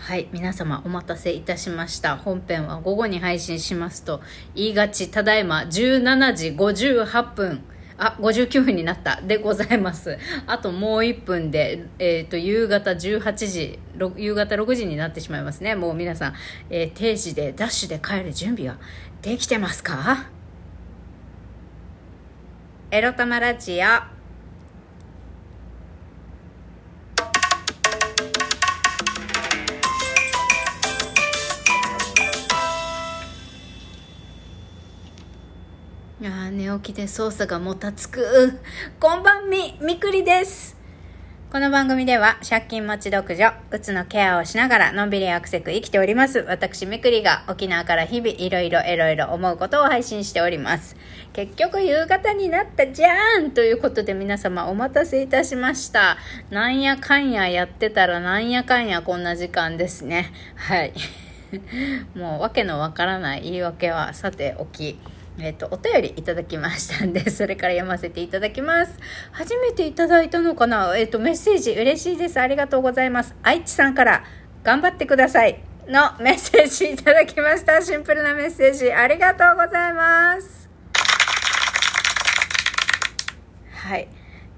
はい、皆様お待たせいたしました。本編は午後に配信しますと言いがち、ただいま17時58分59分になったでございます。あともう1分で、夕方18時夕方6時になってしまいますね。もう皆さん、定時でダッシュで帰る準備はできてますか？エロ玉ラジオ。寝起きで操作がもたつく。こんばんみくりです。この番組では借金持ち独女、うつのケアをしながらのんびりアクセク生きております私みくりが沖縄から日々いろいろ思うことを配信しております。結局夕方になったじゃーんということで皆様お待たせいたしました。なんやかんややってたらなんやかんやこんな時間ですね。はいもうわけのわからない言い訳はさておき、お便りいただきましたんで、それから読ませていただきます。初めていただいたのかな。メッセージ嬉しいです。ありがとうございます。愛知さんから頑張ってくださいのメッセージいただきました。シンプルなメッセージありがとうございます。はい、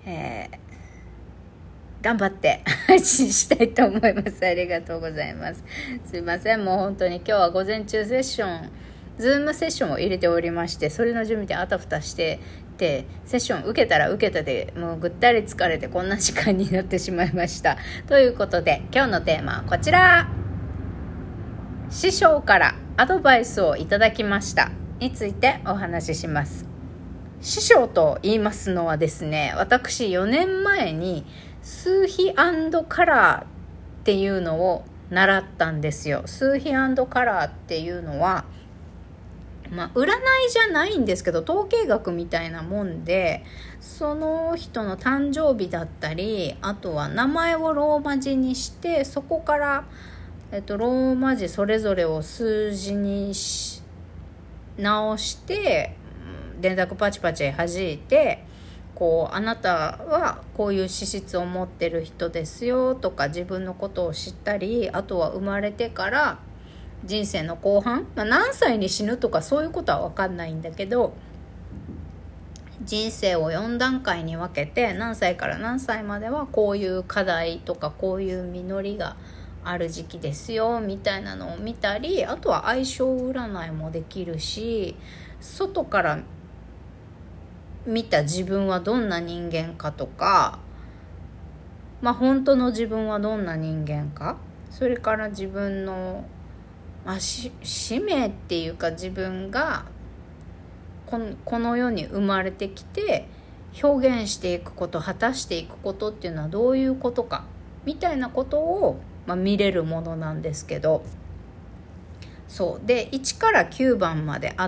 頑張って配信したいと思います。ありがとうございます。すいません、もう本当に今日は午前中セッション、ズームセッションを入れておりまして、それの準備であたふたしてて、セッション受けたら受けたでもうぐったり疲れてこんな時間になってしまいました。ということで今日のテーマはこちら、師匠からアドバイスをいただきましたについてお話しします。師匠と言いますのはですね、私4年前に数比&カラーっていうのを習ったんですよ。数比&カラーっていうのは占いじゃないんですけど、統計学みたいなもんで、その人の誕生日だったり、あとは名前をローマ字にして、そこから、ローマ字それぞれを数字に直して電卓パチパチ弾いて、こうあなたはこういう資質を持ってる人ですよとか、自分のことを知ったり、あとは生まれてから人生の後半、何歳に死ぬとかそういうことは分かんないんだけど、人生を4段階に分けて何歳から何歳まではこういう課題とかこういう実りがある時期ですよみたいなのを見たり、あとは相性占いもできるし、外から見た自分はどんな人間かとか、本当の自分はどんな人間か、それから自分の使命っていうか、自分がこの世に生まれてきて表現していくこと、果たしていくことっていうのはどういうことかみたいなことを、見れるものなんですけど、そうで1から9番まであって、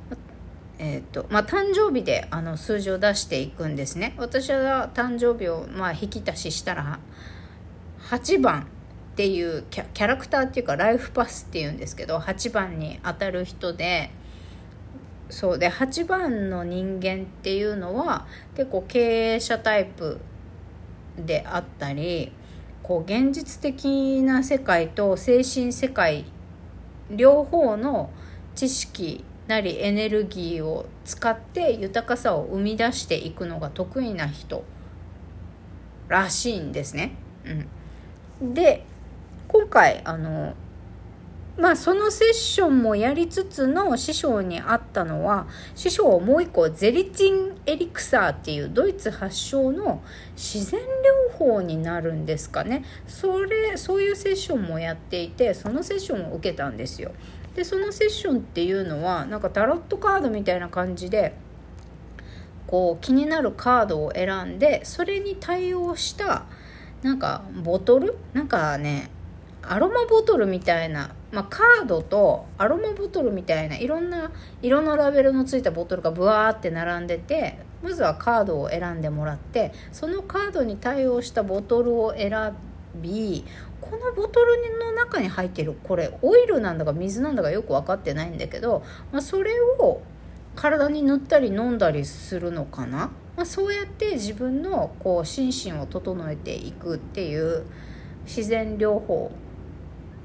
誕生日で数字を出していくんですね。私は誕生日を引き足ししたら8番っていうキャラクターっていうかライフパスっていうんですけど、8番に当たる人で、そうで8番の人間っていうのは結構経営者タイプであったり、こう現実的な世界と精神世界両方の知識なりエネルギーを使って豊かさを生み出していくのが得意な人らしいんですね。で今回そのセッションもやりつつの師匠に会ったのは、師匠をもう一個ゼリチンエリクサーっていうドイツ発祥の自然療法になるんですかね。そういうセッションもやっていて、そのセッションを受けたんですよ。でそのセッションっていうのはなんかタロットカードみたいな感じで、こう気になるカードを選んで、それに対応したなんかボトル、なんかねアロマボトルみたいな、カードとアロマボトルみたいないろんな色のラベルのついたボトルがブワーって並んでて、まずはカードを選んでもらって、そのカードに対応したボトルを選び、このボトルの中に入っているこれオイルなんだか水なんだかよく分かってないんだけど、それを体に塗ったり飲んだりするのかな。そうやって自分のこう心身を整えていくっていう自然療法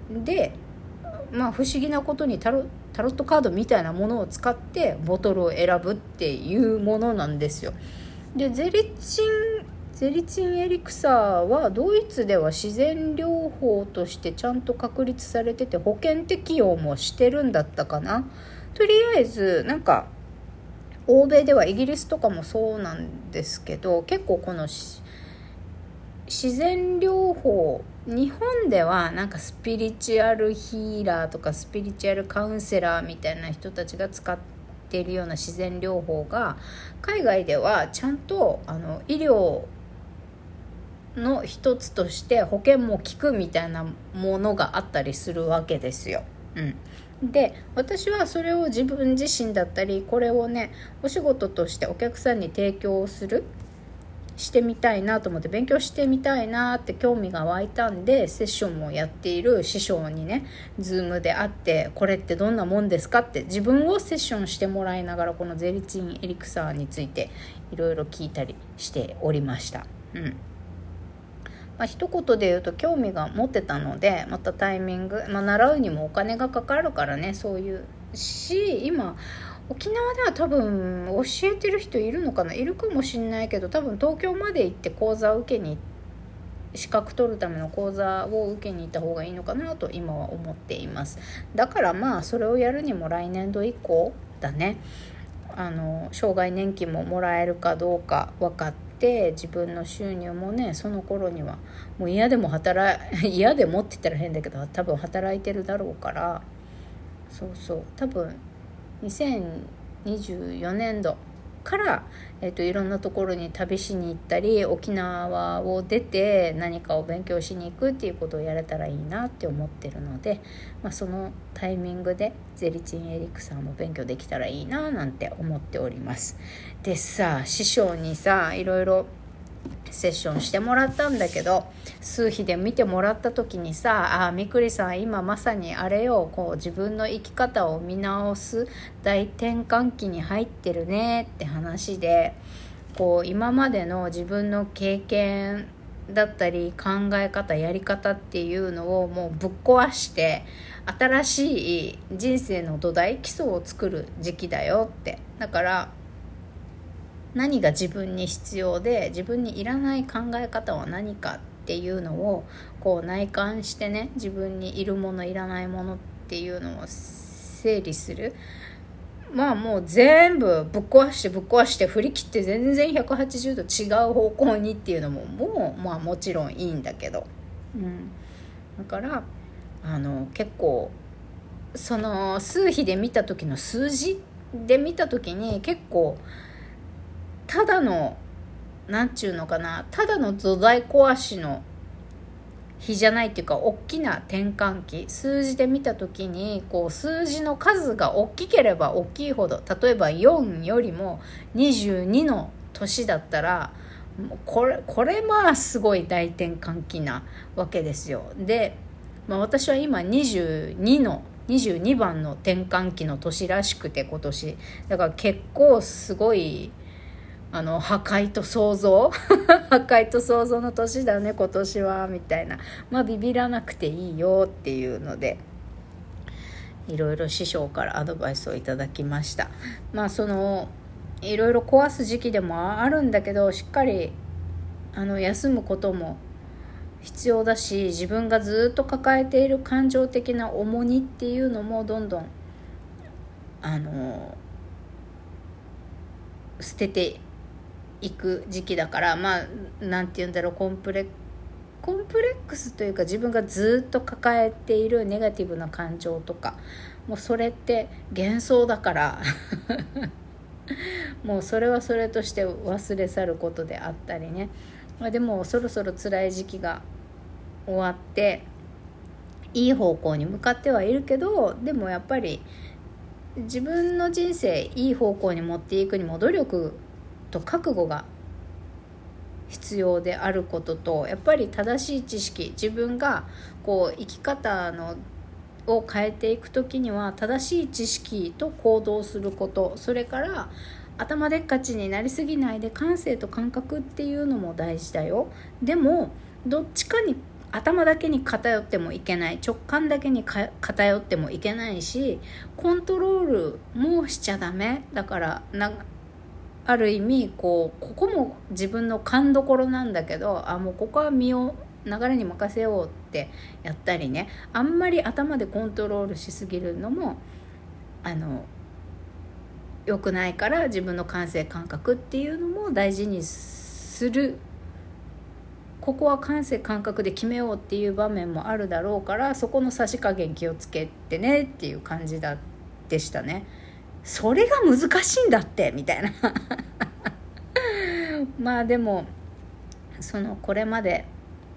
で不思議なことにタロットカードみたいなものを使ってボトルを選ぶっていうものなんですよ。でゼリチンエリクサーはドイツでは自然療法としてちゃんと確立されてて、保険適用もしてるんだったかな。とりあえず欧米ではイギリスとかもそうなんですけど、結構この自然療法、日本ではスピリチュアルヒーラーとかスピリチュアルカウンセラーみたいな人たちが使っているような自然療法が、海外ではちゃんと医療の一つとして保険も効くみたいなものがあったりするわけですよ。で私はそれを自分自身だったり、これをねお仕事としてお客さんに提供してみたいなと思って、勉強してみたいなって興味が湧いたんで、セッションもやっている師匠にねズームで会って、これってどんなもんですかって自分をセッションしてもらいながら、このゼリチンエリクサーについていろいろ聞いたりしておりました。一言で言うと興味が持ってたので、またタイミング、習うにもお金がかかるからね、そういうし、今沖縄では多分教えてる人いるのかな、いるかもしれないけど、多分東京まで行って講座を受けに、資格取るための講座を受けに行った方がいいのかなと今は思っています。だからそれをやるにも来年度以降だね。障害年金ももらえるかどうか分かって、自分の収入もねその頃にはもう嫌でもって言ったら変だけど、多分働いてるだろうから、多分2024年度から、いろんなところに旅しに行ったり、沖縄を出て何かを勉強しに行くっていうことをやれたらいいなって思ってるので、そのタイミングでゼリチンエリクサーも勉強できたらいいななんて思っております。で師匠にいろいろセッションしてもらったんだけど、数日で見てもらった時にみくりさん今まさにあれよ、自分の生き方を見直す大転換期に入ってるねって話で、今までの自分の経験だったり考え方やり方っていうのをもうぶっ壊して、新しい人生の土台基礎を作る時期だよって。だから何が自分に必要で自分にいらない考え方は何かっていうのを内観してね、自分にいるものいらないものっていうのを整理する。もう全部ぶっ壊して振り切って全然180度違う方向にっていうのももちろんいいんだけど、だから結構その数比で見た時の数字で見た時に結構ただのただの土台壊しの比じゃないっていうか、大きな転換期、数字で見た時に数字の数が大きければ大きいほど、例えば4よりも22の年だったらこれすごい大転換期なわけですよ。で、私は今22番の転換期の年らしくて、今年だから結構すごい破壊と創造破壊と創造の年だね今年はみたいな、ビビらなくていいよっていうので、いろいろ師匠からアドバイスをいただきました。いろいろ壊す時期でもあるんだけど、しっかり休むことも必要だし、自分がずっと抱えている感情的な重荷っていうのもどんどん捨てていく時期だから、なんて言うんだろう、コンプレックスというか、自分がずっと抱えているネガティブな感情とか、もうそれって幻想だからもうそれはそれとして忘れ去ることであったりね。でもそろそろ辛い時期が終わっていい方向に向かってはいるけど、でもやっぱり自分の人生いい方向に持っていくにも努力と覚悟が必要であることと、やっぱり正しい知識、自分が生き方を変えていくときには正しい知識と行動すること、それから頭でっかちになりすぎないで感性と感覚っていうのも大事だよ。でもどっちかに頭だけに偏ってもいけない、直感だけに偏ってもいけないし、コントロールもしちゃダメだから、ある意味ここも自分の勘どころなんだけど、もうここは身を流れに任せようってやったりね、あんまり頭でコントロールしすぎるのも良くないから、自分の感性感覚っていうのも大事にする。ここは感性感覚で決めようっていう場面もあるだろうから、そこのさじ加減気をつけてねっていう感じでしたね。それが難しいんだってみたいなまあでもこれまで、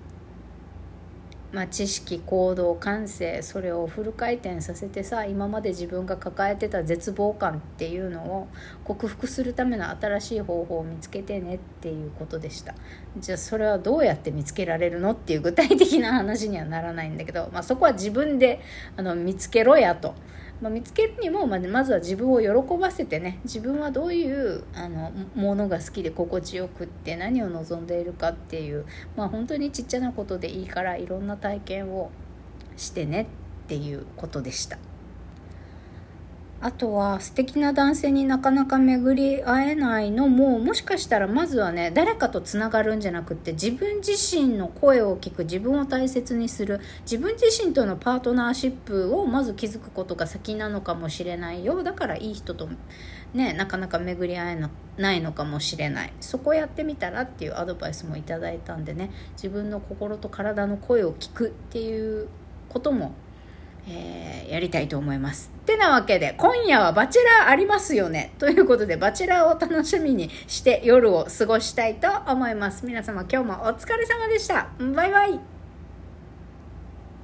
知識、行動、感性、それをフル回転させてさ、今まで自分が抱えてた絶望感っていうのを克服するための新しい方法を見つけてねっていうことでした。じゃあそれはどうやって見つけられるのっていう具体的な話にはならないんだけど、そこは自分で見つけろやと。見つけるにも、まずは自分を喜ばせてね、自分はどういうものが好きで心地よくって何を望んでいるかっていう、本当にちっちゃなことでいいからいろんな体験をしてねっていうことでした。あとは素敵な男性になかなか巡り会えないのも、もしかしたらまずはね、誰かとつながるんじゃなくって自分自身の声を聞く、自分を大切にする、自分自身とのパートナーシップをまず築くことが先なのかもしれないよ。だからいい人とね、なかなか巡り会えないのかもしれない。そこやってみたらっていうアドバイスもいただいたんでね、自分の心と体の声を聞くっていうこともやりたいと思います。ってなわけで、今夜はバチェラーありますよねということで、バチェラーを楽しみにして夜を過ごしたいと思います。皆様今日もお疲れ様でした。バイバイ。